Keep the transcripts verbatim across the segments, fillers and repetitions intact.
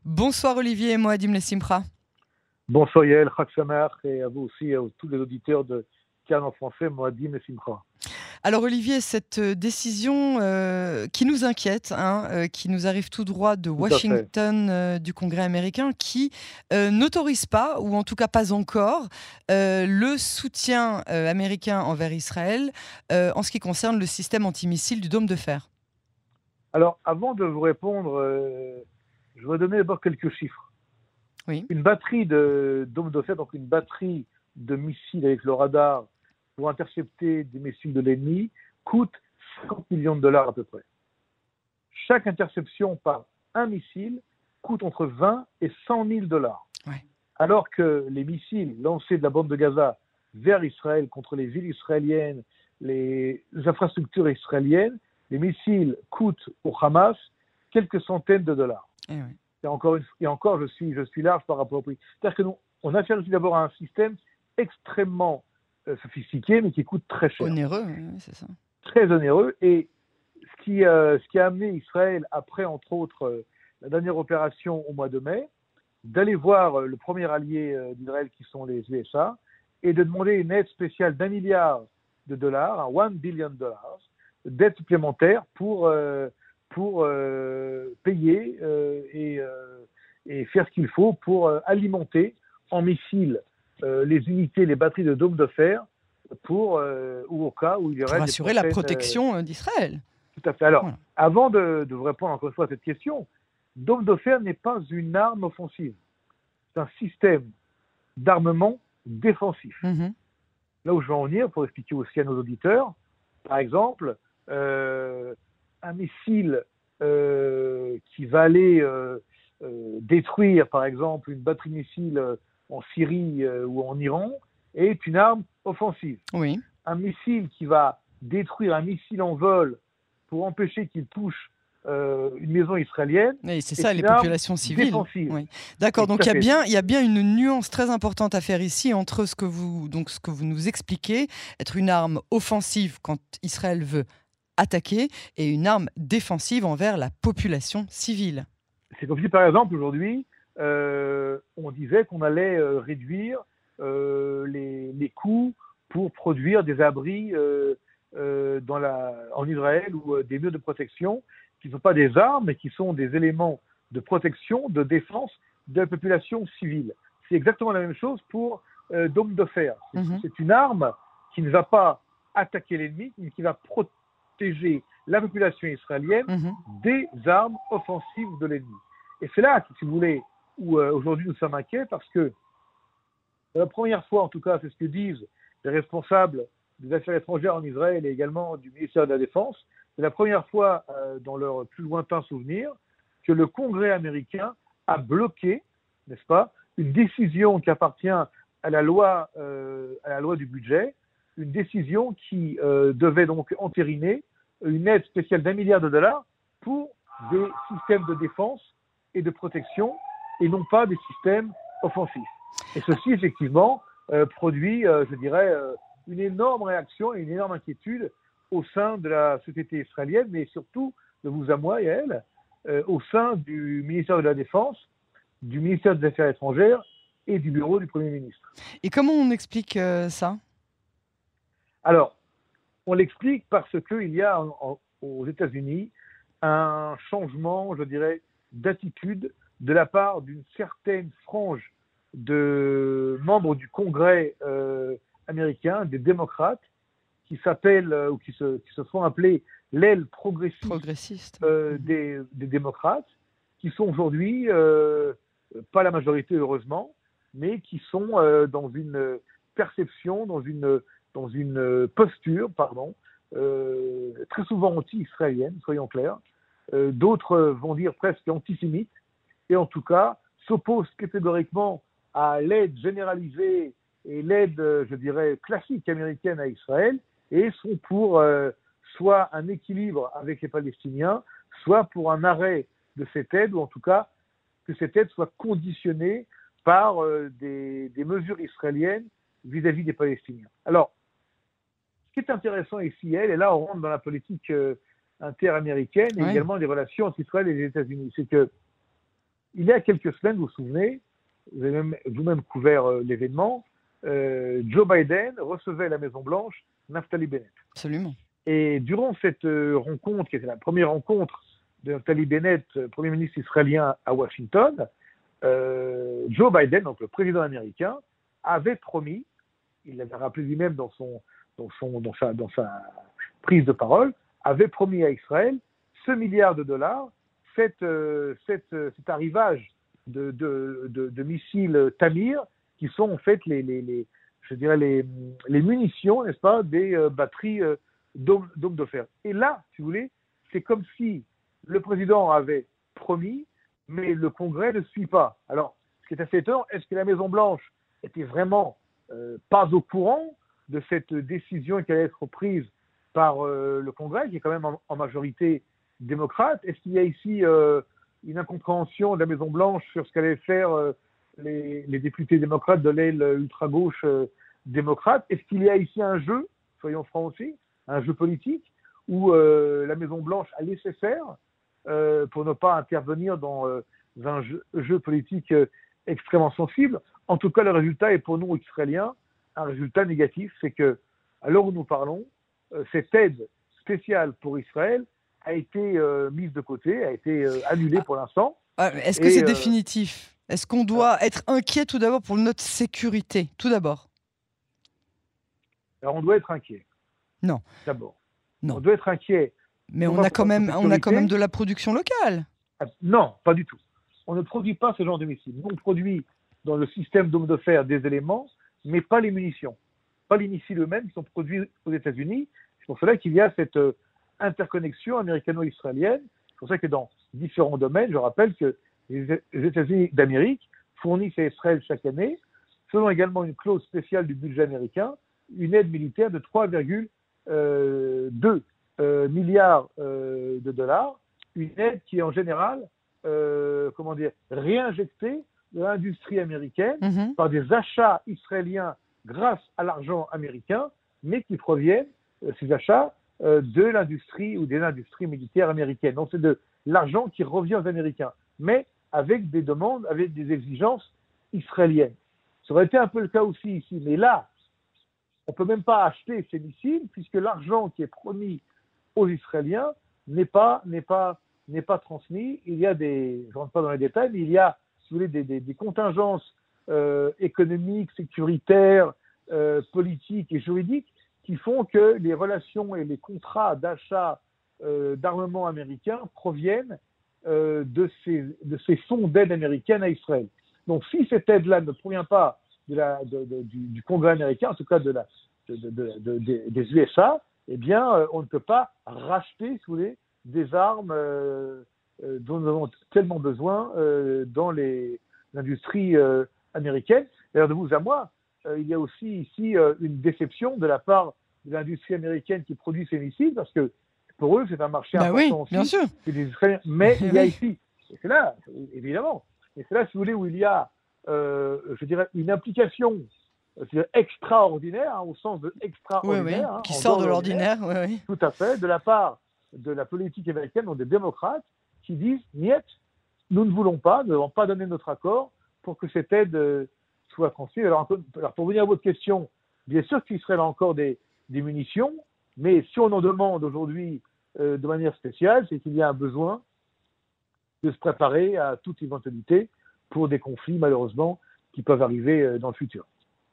Bonsoir Olivier et Moadim Lessimra. Bonsoir Yael, Chag Sameach, et à vous aussi, et à tous les auditeurs de Cannes en français, Moadim et Simcha. Alors Olivier, cette décision euh, qui nous inquiète, hein, euh, qui nous arrive tout droit de Tout à fait. Washington, euh, du Congrès américain, qui euh, n'autorise pas, ou en tout cas pas encore, euh, le soutien euh, américain envers Israël euh, en ce qui concerne le système antimissile du dôme de fer. Alors, avant de vous répondre, euh, je vais donner d'abord quelques chiffres. Oui. Une batterie de dôme de fer, donc une batterie de missiles avec le radar pour intercepter des missiles de l'ennemi, coûte cinquante millions de dollars à peu près. Chaque interception par un missile coûte entre vingt et cent mille dollars. Ouais. Alors que les missiles lancés de la bande de Gaza vers Israël contre les villes israéliennes, les infrastructures israéliennes, les missiles coûtent au Hamas quelques centaines de dollars. Eh oui. Et encore, une, et encore je, suis, je suis large par rapport au prix. C'est-à-dire que nous, on a affaire d'abord à un système extrêmement euh, sophistiqué, mais qui coûte très cher. Onéreux, oui, c'est ça. Très onéreux. Et ce qui, euh, ce qui a amené Israël, après, entre autres, euh, la dernière opération au mois de mai, d'aller voir euh, le premier allié euh, d'Israël, qui sont les U S A, et de demander une aide spéciale d'un milliard de dollars, un one billion dollars, d'aide supplémentaire pour, euh, pour euh, payer euh, et, euh, et faire ce qu'il faut pour euh, alimenter en missiles euh, les unités, les batteries de dômes de fer, pour, euh, ou au cas où il y aurait Pour des assurer la prochaines, protection euh, d'Israël. Tout à fait. Alors, Voilà. avant de, de vous répondre encore une fois à cette question, dôme de fer n'est pas une arme offensive. C'est un système d'armement défensif. Mm-hmm. Là où je veux en venir, pour expliquer aussi à nos auditeurs, par exemple, euh, un missile euh, qui va aller euh, euh, détruire, par exemple, une batterie de missiles euh, en Syrie euh, ou en Iran est une arme offensive. Oui. Un missile qui va détruire un missile en vol pour empêcher qu'il touche euh, une maison israélienne. Et c'est ça, les une arme populations civiles. défensive. Oui. D'accord, Et donc tout il y, à a fait. bien, il y a bien une nuance très importante à faire ici entre ce que vous, donc ce que vous nous expliquez, être une arme offensive quand Israël veut attaquer, et une arme défensive envers la population civile. C'est comme si, par exemple, aujourd'hui, euh, on disait qu'on allait euh, réduire euh, les, les coûts pour produire des abris euh, euh, dans la, en Israël ou euh, des murs de protection qui ne sont pas des armes, mais qui sont des éléments de protection, de défense de la population civile. C'est exactement la même chose pour euh, dôme de fer. C'est, Mm-hmm. c'est une arme qui ne va pas attaquer l'ennemi, mais qui va protéger la population israélienne Mm-hmm. des armes offensives de l'ennemi. Et c'est là, si vous voulez, où euh, aujourd'hui nous sommes inquiets, parce que la première fois, en tout cas, c'est ce que disent les responsables des affaires étrangères en Israël et également du ministère de la Défense, c'est la première fois euh, dans leur plus lointain souvenir que le Congrès américain a bloqué, n'est-ce pas, une décision qui appartient à la loi, euh, à la loi du budget, une décision qui euh, devait donc entériner une aide spéciale d'un milliard de dollars pour des systèmes de défense et de protection, et non pas des systèmes offensifs. Et ceci, effectivement, euh, produit, euh, je dirais, euh, une énorme réaction et une énorme inquiétude au sein de la société israélienne, mais surtout, de vous à moi et à elle, euh, au sein du ministère de la Défense, du ministère des Affaires étrangères et du bureau du Premier ministre. Et comment on explique euh, ça? Alors, on l'explique parce qu'il y a en, en, aux États-Unis un changement, je dirais, d'attitude de la part d'une certaine frange de membres du Congrès euh, américain, des démocrates, qui s'appellent euh, ou qui se, qui se font appeler l'aile progressiste, Progressiste. euh, des, des démocrates, qui sont aujourd'hui, euh, pas la majorité heureusement, mais qui sont euh, dans une perception, dans une, dans une posture, pardon, euh, très souvent anti-israélienne, soyons clairs. Euh, d'autres vont dire presque antisémites, et en tout cas s'opposent catégoriquement à l'aide généralisée et l'aide, je dirais, classique américaine à Israël, et sont pour euh, soit un équilibre avec les Palestiniens, soit pour un arrêt de cette aide, ou en tout cas que cette aide soit conditionnée par euh, des, des mesures israéliennes vis-à-vis des Palestiniens. Alors, ce qui est intéressant ici, elle, et là on rentre dans la politique euh, interaméricaine et Ouais. également les relations entre Israël et les États-Unis, c'est que il y a quelques semaines, vous vous souvenez, vous avez même, vous-même couvert euh, l'événement, euh, Joe Biden recevait à la Maison-Blanche Naftali Bennett. Absolument. Et durant cette euh, rencontre, qui était la première rencontre de Naftali Bennett, euh, Premier ministre israélien à Washington, euh, Joe Biden, donc le président américain, avait promis, il l'avait rappelé lui-même dans, son, dans, son, dans, sa, dans sa prise de parole, avait promis à Israël ce milliard de dollars, cette, euh, cette, euh, cet arrivage de, de, de, de missiles Tamir, qui sont en fait les, les, les, je dirais les, les munitions, n'est-ce pas, des euh, batteries euh, d'hommes de fer. Et là, si vous voulez, c'est comme si le président avait promis, mais le Congrès ne suit pas. Alors, ce qui est assez étonnant, est-ce que la Maison-Blanche était vraiment euh, pas au courant de cette décision qui allait être prise par euh, le Congrès, qui est quand même en, en majorité démocrate? Est-ce qu'il y a ici euh, une incompréhension de la Maison-Blanche sur ce qu'allaient faire euh, les, les députés démocrates de l'aile ultra-gauche euh, démocrate? Est-ce qu'il y a ici un jeu, soyons francs aussi, un jeu politique, où euh, la Maison-Blanche a laissé faire euh, pour ne pas intervenir dans euh, un jeu, jeu politique euh, extrêmement sensible? En tout cas, le résultat est pour nous, Israéliens, un résultat négatif. C'est que, à l'heure où nous parlons, euh, cette aide spéciale pour Israël a été euh, mise de côté, a été euh, annulée pour l'instant. Ah, est-ce que Et, c'est euh, définitif? Est-ce qu'on doit être inquiet tout d'abord pour notre sécurité? Tout d'abord. Alors, on doit être inquiet. Non. D'abord. Non. On doit être inquiet. Mais on a, quand même, on a quand même de la production locale. Non, pas du tout. On ne produit pas ce genre de missiles. Nous, on produit dans le système d'hommes de fer des éléments, mais pas les munitions. Pas les missiles eux-mêmes qui sont produits aux États-Unis. C'est pour cela qu'il y a cette euh, interconnexion américano-israélienne. C'est pour ça que dans différents domaines, je rappelle que les États-Unis d'Amérique fournissent à Israël chaque année, selon également une clause spéciale du budget américain, une aide militaire de trois virgule deux euh, milliards euh, de dollars, une aide qui est en général, euh, comment dire, réinjectée de l'industrie américaine Mm-hmm. par des achats israéliens grâce à l'argent américain, mais qui proviennent, euh, ces achats, euh, de l'industrie ou des industries militaires américaines. Donc c'est de l'argent qui revient aux Américains, mais avec des demandes, avec des exigences israéliennes. Ça aurait été un peu le cas aussi ici, mais là, on ne peut même pas acheter ces missiles puisque l'argent qui est promis aux Israéliens n'est pas, n'est pas, n'est pas transmis. Il y a des, je ne rentre pas dans les détails, mais il y a, si vous voulez, des, des, des contingences euh, économiques, sécuritaires, euh, politiques et juridiques qui font que les relations et les contrats d'achat euh, d'armement américains proviennent euh, de, ces, de ces fonds d'aide américaine à Israël. Donc si cette aide-là ne provient pas de la, de, de, du, du Congrès américain, en tout cas de la, de, de, de, de, des U S A, eh bien, euh, on ne peut pas racheter, si vous voulez, des armes euh, euh, dont nous avons tellement besoin euh, dans les, l'industrie euh, américaine. D'ailleurs, de vous à moi, euh, il y a aussi ici euh, une déception de la part de l'industrie américaine qui produit ces missiles, parce que pour eux, c'est un marché bah important oui, aussi. bien sûr. Des Israéliens. Mais il y a ici, et c'est là, évidemment, et c'est là, si vous voulez, où il y a Euh, je dirais, une implication c'est-à-dire extraordinaire, hein, au sens de extraordinaire. Oui, oui. Hein, qui sort de l'ordinaire. Oui, oui. Tout à fait, de la part de la politique américaine, donc des démocrates, qui disent, niet, nous ne voulons pas, nous n'avons pas donné notre accord pour que cette aide euh, soit transmise. Alors, alors, pour venir à votre question, bien sûr qu'Israël a encore des, des munitions, mais si on en demande aujourd'hui euh, de manière spéciale, c'est qu'il y a un besoin de se préparer à toute éventualité pour des conflits, malheureusement, qui peuvent arriver dans le futur.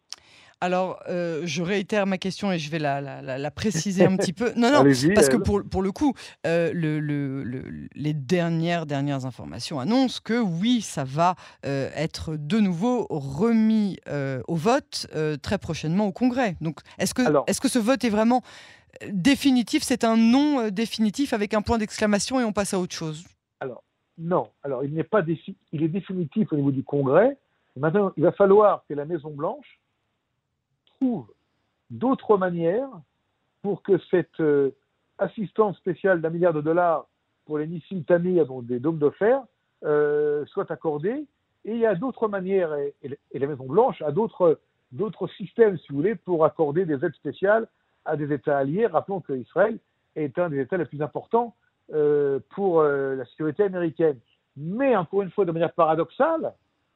Alors, euh, je réitère ma question et je vais la, la, la, la préciser un petit peu. Non, non, parce que pour, pour le coup, euh, le, le, le, les dernières, dernières informations annoncent que oui, ça va euh, être de nouveau remis euh, au vote euh, très prochainement au Congrès. Donc, est-ce que, Alors, est-ce que ce vote est vraiment définitif? C'est un non euh, définitif avec un point d'exclamation et on passe à autre chose? Alors, non. Alors, il n'est pas défi- il est définitif au niveau du Congrès. Maintenant, il va falloir que la Maison-Blanche trouve d'autres manières pour que cette euh, assistance spéciale d'un milliard de dollars pour les missiles Tamir, donc des dômes de fer, euh, soit accordée. Et il y a d'autres manières, et, et la Maison-Blanche a d'autres, d'autres systèmes, si vous voulez, pour accorder des aides spéciales à des États alliés. Rappelons qu'Israël est un des États les plus importants euh, pour euh, la sécurité américaine. Mais encore une fois, de manière paradoxale,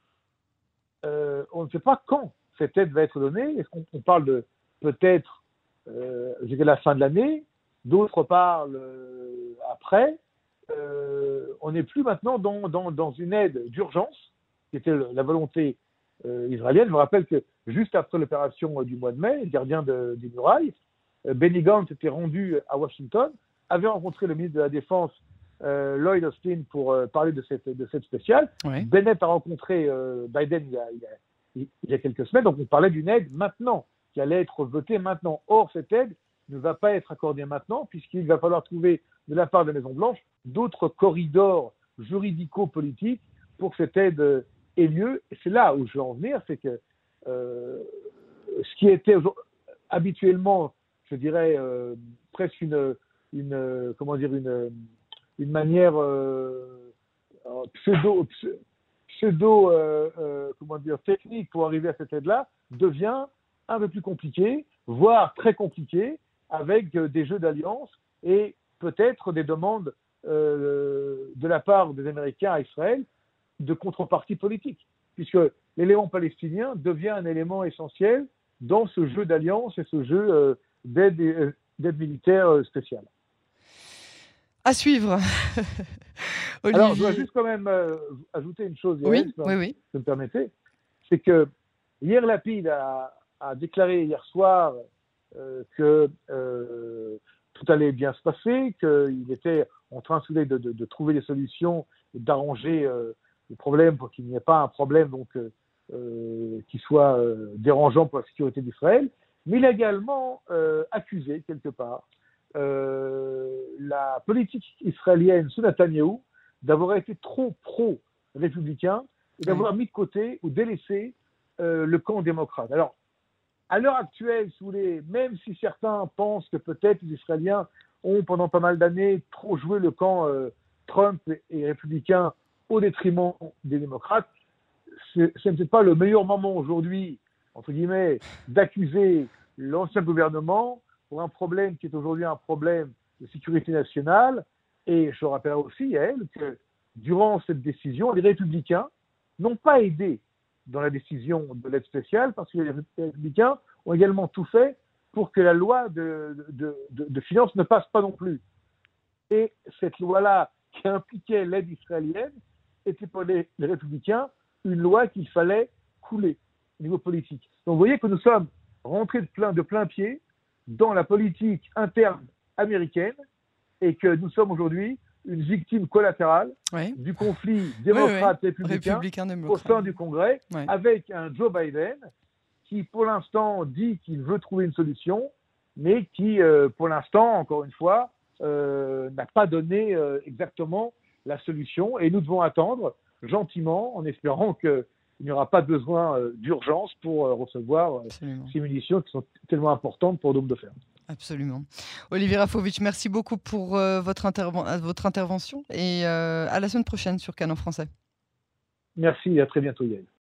euh, on ne sait pas quand cette aide va être donnée. Est-ce qu'on on parle de peut-être euh, jusqu'à la fin de l'année, d'autres parlent euh, après. Euh, on n'est plus maintenant dans, dans, dans une aide d'urgence, qui était le, la volonté euh, israélienne. Je me rappelle que juste après l'opération euh, du mois de mai, le gardien de, des murailles, euh, Benny Gantz était rendu à Washington, avait rencontré le ministre de la Défense, euh, Lloyd Austin, pour euh, parler de cette, de cette spéciale. Ouais. Bennett a rencontré euh, Biden il y, a, il, y a, il y a quelques semaines, donc on parlait d'une aide maintenant, qui allait être votée maintenant. Or, cette aide ne va pas être accordée maintenant, puisqu'il va falloir trouver de la part de la Maison-Blanche d'autres corridors juridico-politiques pour que cette aide euh, ait lieu. Et c'est là où je veux en venir, c'est que euh, ce qui était habituellement, je dirais, euh, presque une, une, euh, comment dire, une, une manière euh, pseudo, pseudo euh, euh, comment dire, technique pour arriver à cette aide-là, devient un peu plus compliqué, voire très compliqué, avec euh, des jeux d'alliance et peut-être des demandes euh, de la part des Américains à Israël de contrepartie politique, puisque l'élément palestinien devient un élément essentiel dans ce jeu d'alliance et ce jeu euh, d'aide, euh, d'aide militaire euh, spéciale. À suivre. Alors, je dois juste quand même euh, ajouter une chose, oui, Yael, oui, oui. si vous me permettez, c'est que hier Lapid a, a déclaré hier soir euh, que euh, tout allait bien se passer, qu'il était en train de, de, de trouver des solutions et d'arranger euh, les problèmes pour qu'il n'y ait pas un problème donc, euh, euh, qui soit euh, dérangeant pour la sécurité d'Israël. Mais il a également euh, accusé, quelque part, euh, la politique israélienne sous Netanyahou d'avoir été trop pro-républicain et d'avoir oui. mis de côté ou délaissé euh, le camp démocrate. Alors, à l'heure actuelle, si vous voulez, même si certains pensent que peut-être les Israéliens ont pendant pas mal d'années trop joué le camp euh, Trump et, et républicain au détriment des démocrates, ce n'est peut-être pas le meilleur moment aujourd'hui, entre guillemets, d'accuser l'ancien gouvernement pour un problème qui est aujourd'hui un problème de sécurité nationale. Et je rappelle aussi à elle que durant cette décision, les républicains n'ont pas aidé dans la décision de l'aide spéciale parce que les républicains ont également tout fait pour que la loi de, de, de, de finances ne passe pas non plus. Et cette loi-là, qui impliquait l'aide israélienne, était pour les, les républicains une loi qu'il fallait couler au niveau politique. Donc vous voyez que nous sommes rentrés de plein, de plein pied dans la politique interne américaine et que nous sommes aujourd'hui une victime collatérale oui. du conflit démocrate-républicain oui, oui. au sein du Congrès, oui. avec un Joe Biden qui, pour l'instant, dit qu'il veut trouver une solution, mais qui, euh, pour l'instant, encore une fois, euh, n'a pas donné euh, exactement la solution. Et nous devons attendre gentiment, en espérant qu'il n'y aura pas besoin euh, d'urgence pour euh, recevoir euh, ces munitions qui sont tellement importantes pour Dôme de Fer. Absolument. Olivier Rafovitch, merci beaucoup pour euh, votre, interven- votre intervention et euh, à la semaine prochaine sur Canon Français. Merci et à très bientôt Yael.